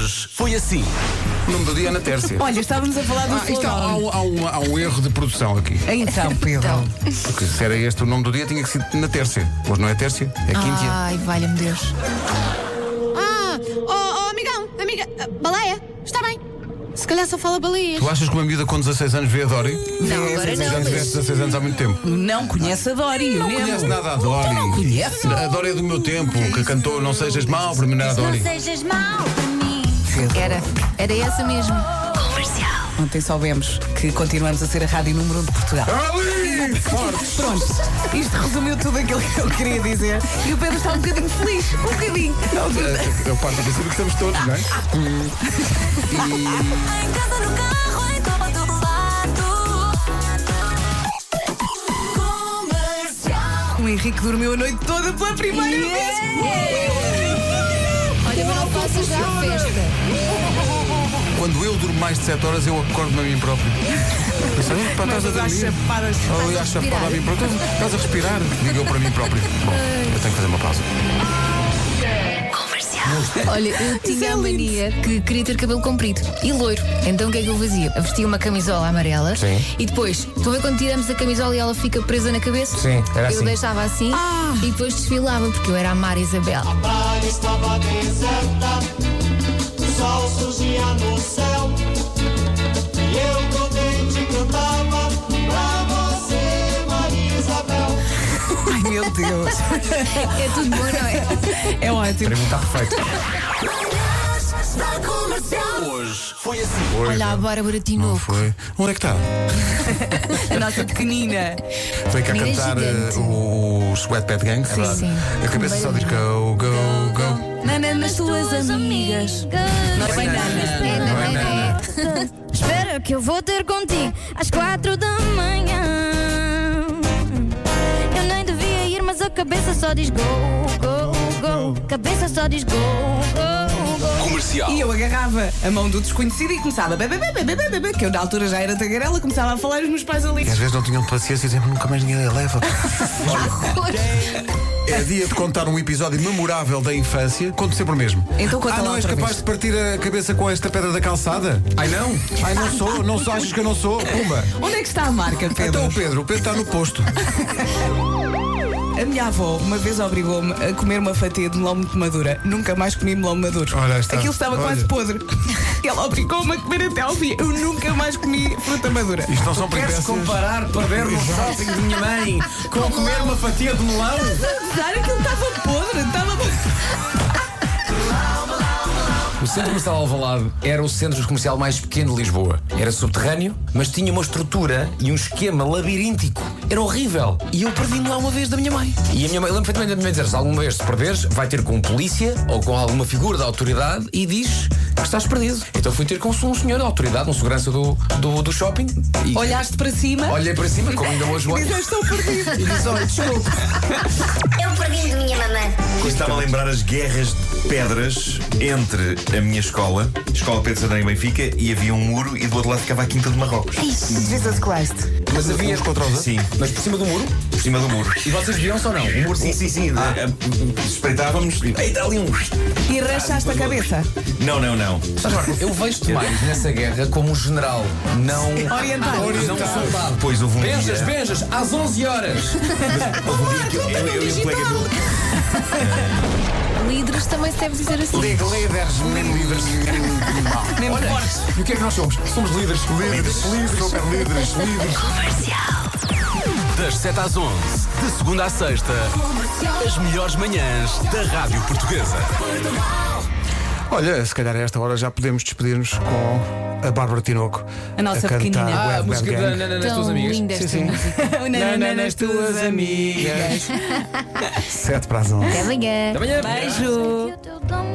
Hoje foi assim. O nome do dia é na Tércia. Olha, estávamos a falar do Isto há um erro de produção aqui. Então, Pedro. Porque se era este o nome do dia, tinha que ser na Tércia. Hoje não é Tércia, é Quíntia. Ai, valha-me Deus. Amiga, baleia, está bem. Se calhar só fala baleias. Tu achas que uma miúda com 16 anos vê a Dory? Não, agora Já não. tiveste 16 anos há muito tempo. Não conhece a Dory. Não conhece nada a Dory. Não conhece? A Dory é do meu tempo, que cantou Não Sejas Mau, para mim a Dory. Sejas mau para mim. Era essa mesmo. Ontem soubemos que continuamos a ser a rádio número 1 de Portugal. Ali! Forte! Pronto, isto resumiu tudo aquilo que eu queria dizer. E o Pedro está um bocadinho feliz. Um bocadinho. Eu parto do princípio que estamos todos, não é? Em casa, no carro, em todo lado. Comercial. O Henrique dormiu a noite toda pela primeira vez. Olha, mas não faças já a festa. Quando eu durmo mais de 7 horas, eu acordo-me a mim próprio. Pensando, pá, estás a dormir? chapadas. Ali à chapada a mim próprio. Estás a respirar? Digo eu para mim próprio. Bom, eu tenho que fazer uma pausa. Olha, eu tinha a mania que queria ter cabelo comprido e loiro. Então o que é que eu fazia? Eu vestia uma camisola amarela. Sim. E depois, tu vê quando tiramos a camisola e ela fica presa na cabeça? Sim, era Eu assim. deixava assim e depois desfilava, porque eu era a Mara Isabel. A praia estava deserta, o sol surgia no céu, e eu contente cantava pra você, Maria Isabel. Ai, meu Deus. É tudo bom, não é? É ótimo. Para mim está perfeito. Manhãs da Comercial. Hoje foi assim. Olha a Bárbara Tinoco. Foi. Onde é que está? A nossa pequenina. Veio cá Menina cantar gigante. o Sweatpad Gang. Sim, sim. A cabeça só diz go, go, go. Nana nas tuas amigas. Não é bem nada. Não é nada. Espera que eu vou ter contigo às 4 da manhã. Eu nem devia ir, mas a cabeça só diz go, go, go. Cabeça só diz go, go, go. Comercial. E eu agarrava a mão do desconhecido e começava bebê, que eu na altura já era tagarela, começava a falar e os meus pais ali. E às vezes não tinham paciência e diziam nunca mais ninguém a leva. É dia de contar um episódio memorável da infância. Conto sempre o mesmo. Então conta lá não és outra capaz vez. de partir a cabeça com esta pedra da calçada? Ai não? Ai não sou? Não sou, achas que eu não sou? Pumba! Onde é que está a marca, Pedro? Então o Pedro está no posto. A minha avó uma vez obrigou-me a comer uma fatia de melão muito madura. Nunca mais comi melão maduro. Ora, está. Aquilo estava Olha. quase podre. Ela obrigou-me a comer até ao fim. Eu nunca mais comi fruta madura. Isto não são Queres peripécias. comparar para ver no shopping de minha mãe com comer uma fatia de melão? Apesar aquilo estava podre. O centro comercial Alvalade era o centro comercial mais pequeno de Lisboa. Era subterrâneo, mas tinha uma estrutura e um esquema labiríntico. Era horrível. E eu perdi-me lá uma vez da minha mãe. E a minha mãe, eu lembro perfeitamente da minha mãe dizer: se alguma vez te perderes, vai ter com um polícia ou com alguma figura da autoridade e diz que estás perdido. Então fui ter com um senhor da autoridade, um segurança do shopping. E Olhaste para cima. olhei para cima, como ainda hoje olho. Dizeste: estou perdido. E disse: olha, desculpa. É um perdinho de minha mamãe. Estava a lembrar as guerras de pedras entre a minha escola, a Escola Pedro Santana em Benfica, e havia um muro e do outro lado ficava a Quinta de Marrocos. Jesus Christ. Mas havia Uns contra os outros? Sim, Mas por cima do muro? por cima do muro. E vocês viam-se ou não? O muro Sim. Espreitávamos. Ei, está ali um. E rachaste a cabeça. Não. Mas, Marco, eu vejo-te mais nessa guerra como um general, não Orientado. não um soldado. Depois houve um Benjas, dia. benjas, às 11 horas. Houve um dia que eu e um colega meu. Líderes também se deve dizer assim. Líderes, nem líderes. Olha, e o que é que nós somos? Somos líderes. Super líderes. Das 7 às 11, de segunda à sexta, as melhores manhãs da Rádio Portuguesa. Olha, se calhar a esta hora já podemos despedir-nos com a Bárbara Tinoco. A nossa cantar pequenina. Ah, a Web música Gang. da Nana nas tuas Tão amigas. linda esta Sim. música. Nana nas tuas amigas. 7 para as 11. Até amanhã. Até amanhã. Beijo. E o teu dom